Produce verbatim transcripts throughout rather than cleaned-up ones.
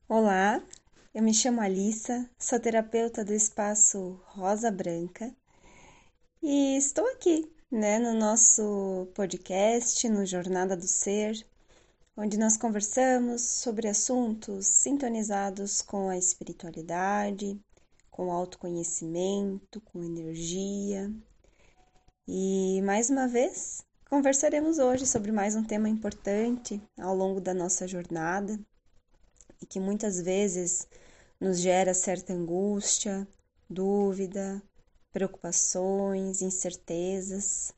Olá, eu me chamo Alissa, sou terapeuta do espaço Rosa Branca e estou aqui, né, no nosso podcast, no Jornada do Ser, onde nós conversamos sobre assuntos sintonizados com a espiritualidade, com o autoconhecimento, com energia. E mais uma vez, conversaremos hoje sobre mais um tema importante ao longo da nossa jornada e que muitas vezes nos gera certa angústia, dúvida, preocupações, incertezas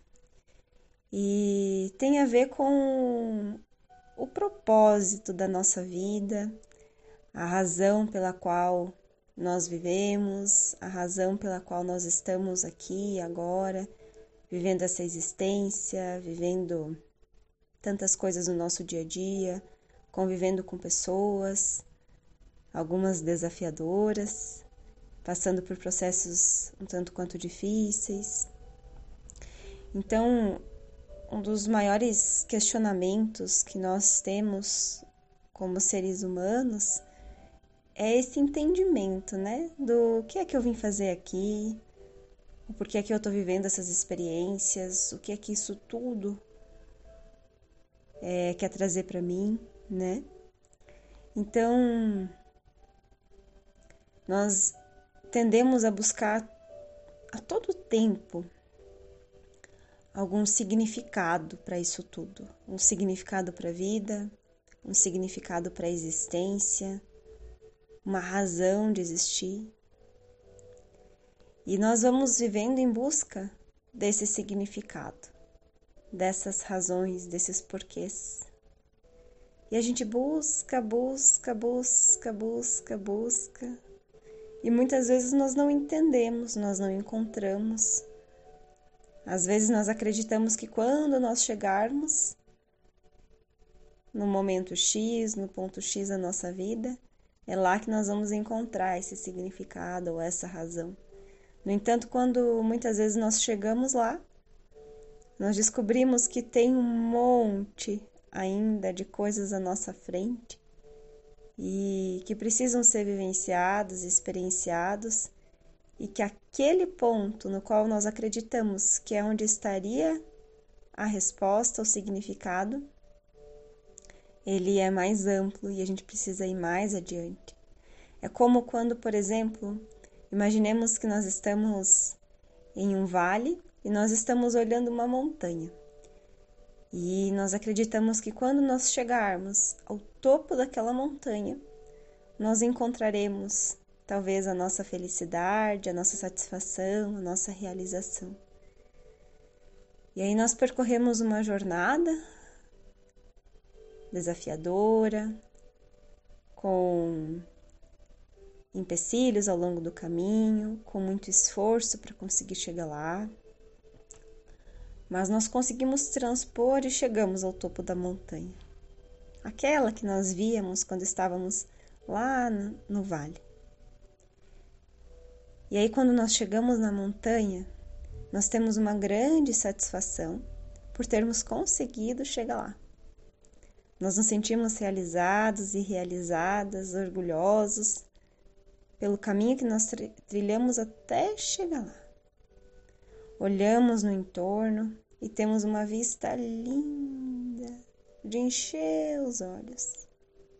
e tem a ver com o propósito da nossa vida, a razão pela qual nós vivemos, a razão pela qual nós estamos aqui agora, vivendo essa existência, vivendo tantas coisas no nosso dia a dia, convivendo com pessoas, algumas desafiadoras, passando por processos um tanto quanto difíceis. Então, um dos maiores questionamentos que nós temos como seres humanos é esse entendimento, né? Do que é que eu vim fazer aqui, o porquê é que eu estou vivendo essas experiências, o que é que isso tudo é, quer trazer para mim, né? Então, nós tendemos a buscar a todo tempo algum significado para isso tudo, um significado para a vida, um significado para a existência, uma razão de existir. E nós vamos vivendo em busca desse significado, dessas razões, desses porquês. E a gente busca, busca, busca, busca, busca. E muitas vezes nós não entendemos, nós não encontramos. Às vezes nós acreditamos que quando nós chegarmos no momento X, no ponto X da nossa vida, é lá que nós vamos encontrar esse significado ou essa razão. No entanto, quando muitas vezes nós chegamos lá, nós descobrimos que tem um monte ainda de coisas à nossa frente e que precisam ser vivenciados, experienciados, e que aquele ponto no qual nós acreditamos que é onde estaria a resposta, o significado, ele é mais amplo e a gente precisa ir mais adiante. É como quando, por exemplo, imaginemos que nós estamos em um vale e nós estamos olhando uma montanha. E nós acreditamos que quando nós chegarmos ao topo daquela montanha, nós encontraremos talvez a nossa felicidade, a nossa satisfação, a nossa realização. E aí nós percorremos uma jornada desafiadora, com empecilhos ao longo do caminho, com muito esforço para conseguir chegar lá. Mas nós conseguimos transpor e chegamos ao topo da montanha. Aquela que nós víamos quando estávamos lá no vale. E aí, quando nós chegamos na montanha, nós temos uma grande satisfação por termos conseguido chegar lá. Nós nos sentimos realizados e realizadas, orgulhosos pelo caminho que nós trilhamos até chegar lá. Olhamos no entorno e temos uma vista linda de encher os olhos.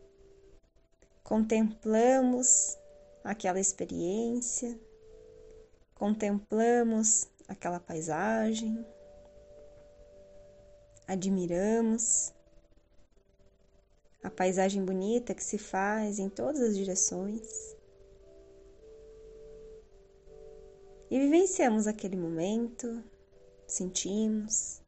Contemplamos aquela experiência, contemplamos aquela paisagem, admiramos a paisagem bonita que se faz em todas as direções e vivenciamos aquele momento, sentimos.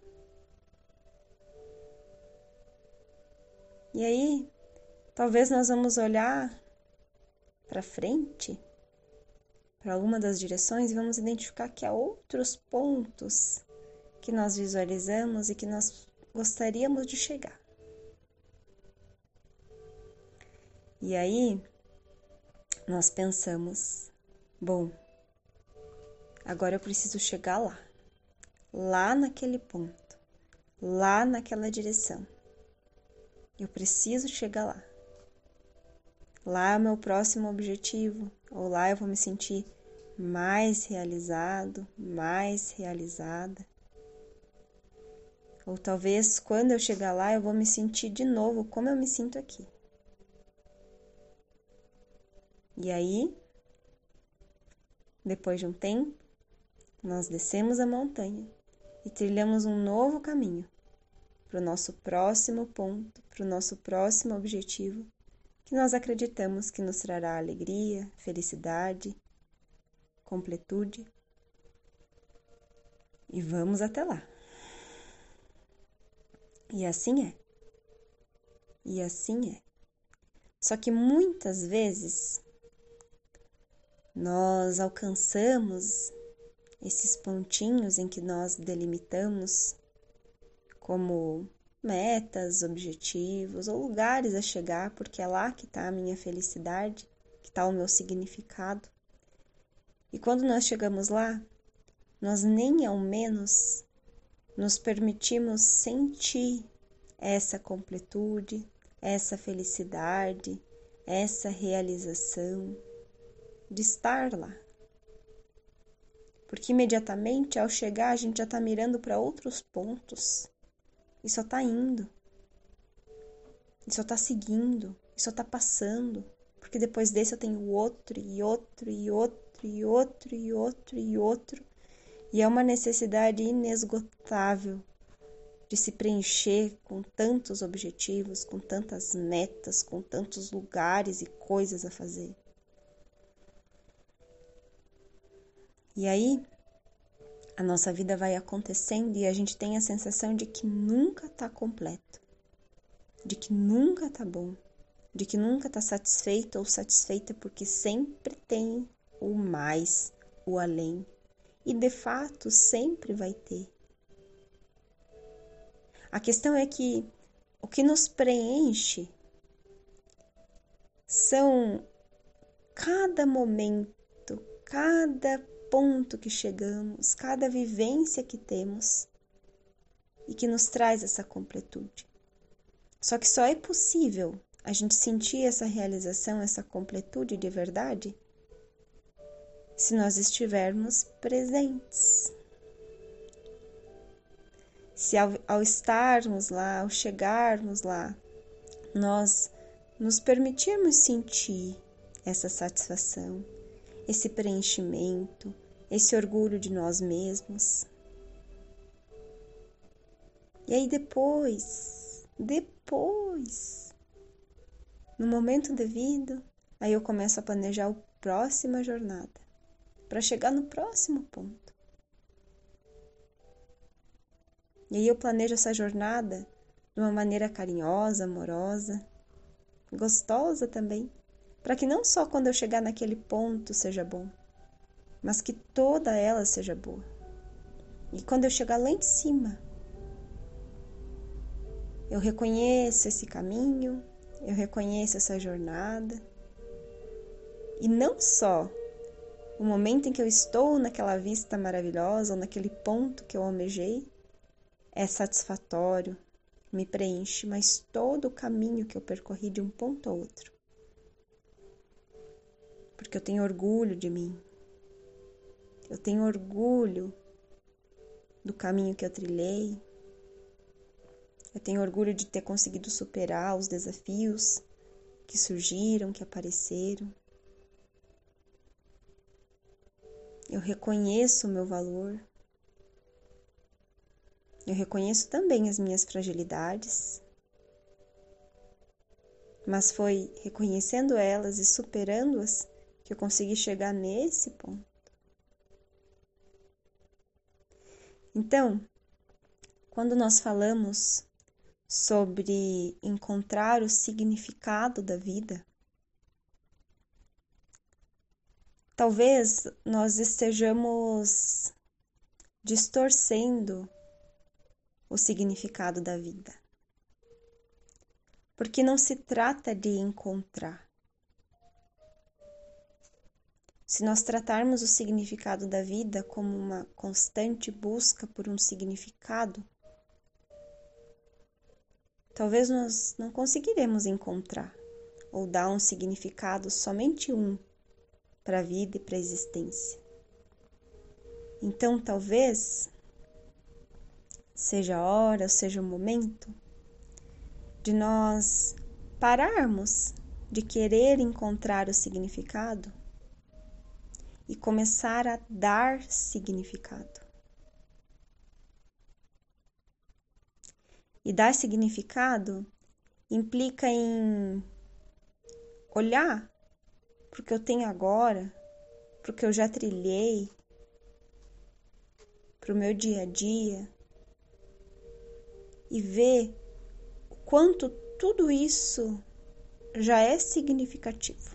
E aí, talvez nós vamos olhar para frente, para alguma das direções e vamos identificar que há outros pontos que nós visualizamos e que nós gostaríamos de chegar. E aí, nós pensamos, bom, agora eu preciso chegar lá, lá naquele ponto, lá naquela direção. Eu preciso chegar lá. lá é o meu próximo objetivo, ou lá eu vou me sentir mais realizado, mais realizada. Ou talvez quando eu chegar lá eu vou me sentir de novo como eu me sinto aqui. E aí, depois de um tempo, nós descemos a montanha e trilhamos um novo caminho para o nosso próximo ponto, para o nosso próximo objetivo, que nós acreditamos que nos trará alegria, felicidade, completude. E vamos até lá. E assim é. E assim é. Só que muitas vezes nós alcançamos esses pontinhos em que nós delimitamos como metas, objetivos ou lugares a chegar, porque é lá que está a minha felicidade, que está o meu significado. E quando nós chegamos lá, nós nem ao menos nos permitimos sentir essa completude, essa felicidade, essa realização de estar lá. Porque imediatamente ao chegar a gente já está mirando para outros pontos e só está indo, e só está seguindo, e só está passando, porque depois desse eu tenho outro e outro e outro e outro e outro e outro, e é uma necessidade inesgotável de se preencher com tantos objetivos, com tantas metas, com tantos lugares e coisas a fazer. E aí, a nossa vida vai acontecendo e a gente tem a sensação de que nunca está completo, de que nunca está bom, de que nunca está satisfeito ou satisfeita, porque sempre tem o mais, o além. E de fato sempre vai ter. A questão é que o que nos preenche são cada momento, cada ponto que chegamos, cada vivência que temos e que nos traz essa completude. Só que só é possível a gente sentir essa realização, essa completude de verdade, se nós estivermos presentes. Se ao, ao estarmos lá, ao chegarmos lá, nós nos permitirmos sentir essa satisfação, esse preenchimento, esse orgulho de nós mesmos. E aí depois, depois, no momento devido, aí eu começo a planejar a próxima jornada, para chegar no próximo ponto. E aí eu planejo essa jornada de uma maneira carinhosa, amorosa, gostosa também, para que não só quando eu chegar naquele ponto seja bom, mas que toda ela seja boa. E quando eu chegar lá em cima, eu reconheço esse caminho, eu reconheço essa jornada, e não só o momento em que eu estou naquela vista maravilhosa, ou naquele ponto que eu almejei, é satisfatório, me preenche, mas todo o caminho que eu percorri de um ponto a outro. Porque eu tenho orgulho de mim. Eu tenho orgulho do caminho que eu trilhei. Eu tenho orgulho de ter conseguido superar os desafios que surgiram, que apareceram. Eu reconheço o meu valor. Eu reconheço também as minhas fragilidades, mas foi reconhecendo elas e superando-as que eu consegui chegar nesse ponto. Então, quando nós falamos sobre encontrar o significado da vida, talvez nós estejamos distorcendo o significado da vida. Porque não se trata de encontrar. Se nós tratarmos o significado da vida como uma constante busca por um significado, talvez nós não conseguiremos encontrar, ou dá um significado, somente um, para a vida e para a existência. Então, talvez seja a hora, seja o momento de nós pararmos de querer encontrar o significado e começar a dar significado. E dar significado implica em olhar para o que eu tenho agora, para o que eu já trilhei, para o meu dia a dia e ver o quanto tudo isso já é significativo,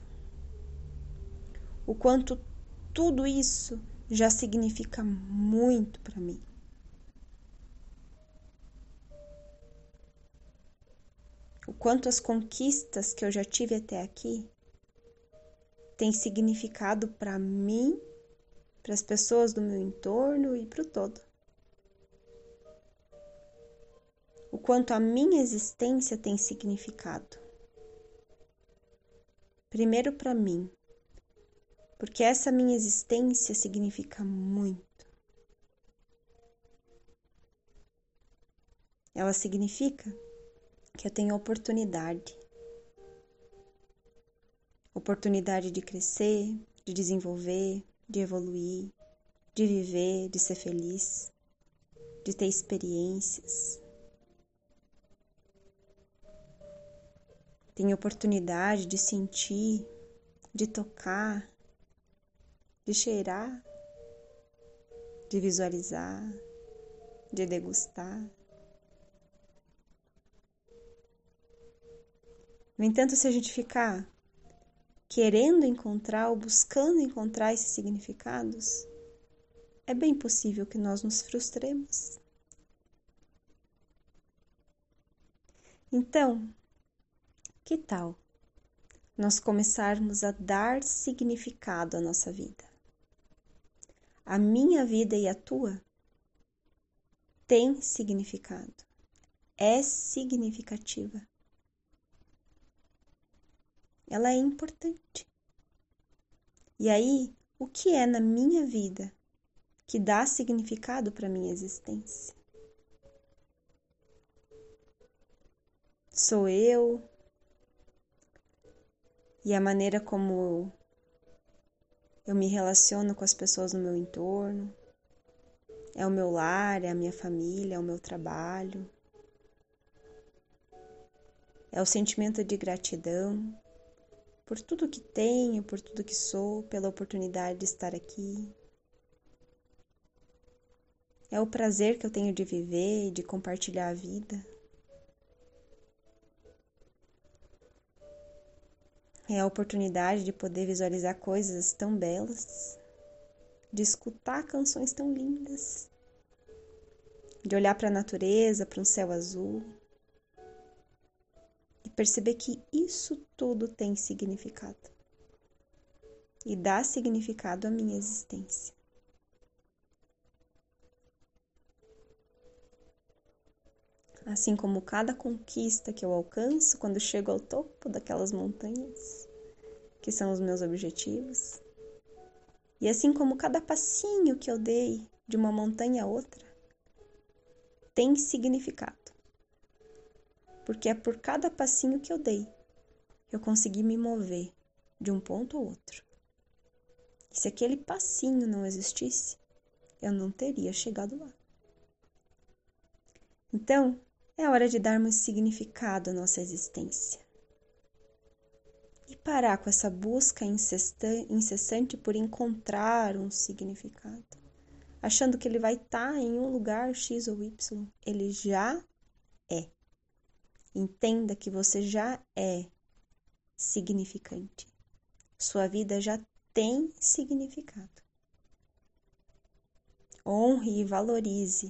o quanto tudo isso já significa muito para mim. O quanto as conquistas que eu já tive até aqui têm significado para mim, para as pessoas do meu entorno e para o todo. O quanto a minha existência tem significado. Primeiro para mim, porque essa minha existência significa muito. Ela significa que eu tenho oportunidade. Oportunidade de crescer, de desenvolver, de evoluir, de viver, de ser feliz, de ter experiências. Tenho oportunidade de sentir, de tocar, de cheirar, de visualizar, de degustar. No entanto, se a gente ficar querendo encontrar ou buscando encontrar esses significados, é bem possível que nós nos frustremos. Então, que tal nós começarmos a dar significado à nossa vida? A minha vida e a tua tem significado, é significativa. Ela é importante. E aí, o que é na minha vida que dá significado para a minha existência? Sou eu e a maneira como eu me relaciono com as pessoas no meu entorno? É o meu lar, é a minha família, é o meu trabalho? É o sentimento de gratidão por tudo que tenho, por tudo que sou, pela oportunidade de estar aqui? É o prazer que eu tenho de viver e de compartilhar a vida? É a oportunidade de poder visualizar coisas tão belas, de escutar canções tão lindas, de olhar para a natureza, para um céu azul e perceber que isso tudo tem significado e dá significado à minha existência. Assim como cada conquista que eu alcanço quando chego ao topo daquelas montanhas, que são os meus objetivos, e assim como cada passinho que eu dei de uma montanha a outra, tem significado. Porque é por cada passinho que eu dei que eu consegui me mover de um ponto ao outro. E se aquele passinho não existisse, eu não teria chegado lá. Então, é hora de darmos significado à nossa existência. E parar com essa busca incessante por encontrar um significado, achando que ele vai estar em um lugar X ou Y. Ele já é. Entenda que você já é significante. Sua vida já tem significado. Honre e valorize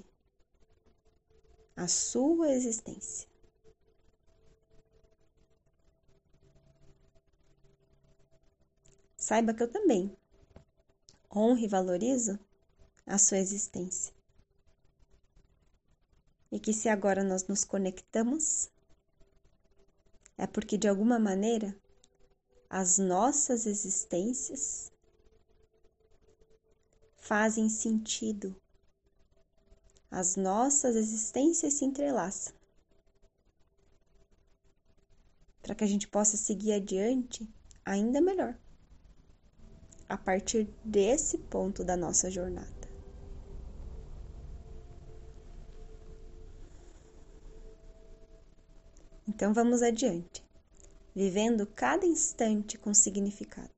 a sua existência. Saiba que eu também honro e valorizo a sua existência. E que se agora nós nos conectamos, é porque de alguma maneira as nossas existências fazem sentido. As nossas existências se entrelaçam para que a gente possa seguir adiante ainda melhor a partir desse ponto da nossa jornada. Então vamos adiante, vivendo cada instante com significado.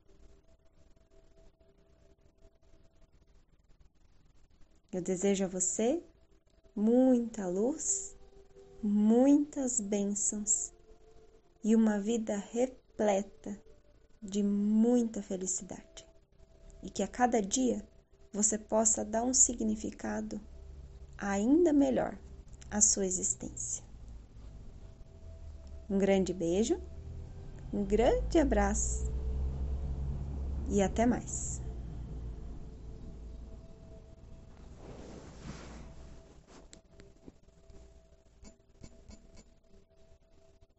Eu desejo a você muita luz, muitas bênçãos e uma vida repleta de muita felicidade. E que a cada dia você possa dar um significado ainda melhor à sua existência. Um grande beijo, um grande abraço e até mais.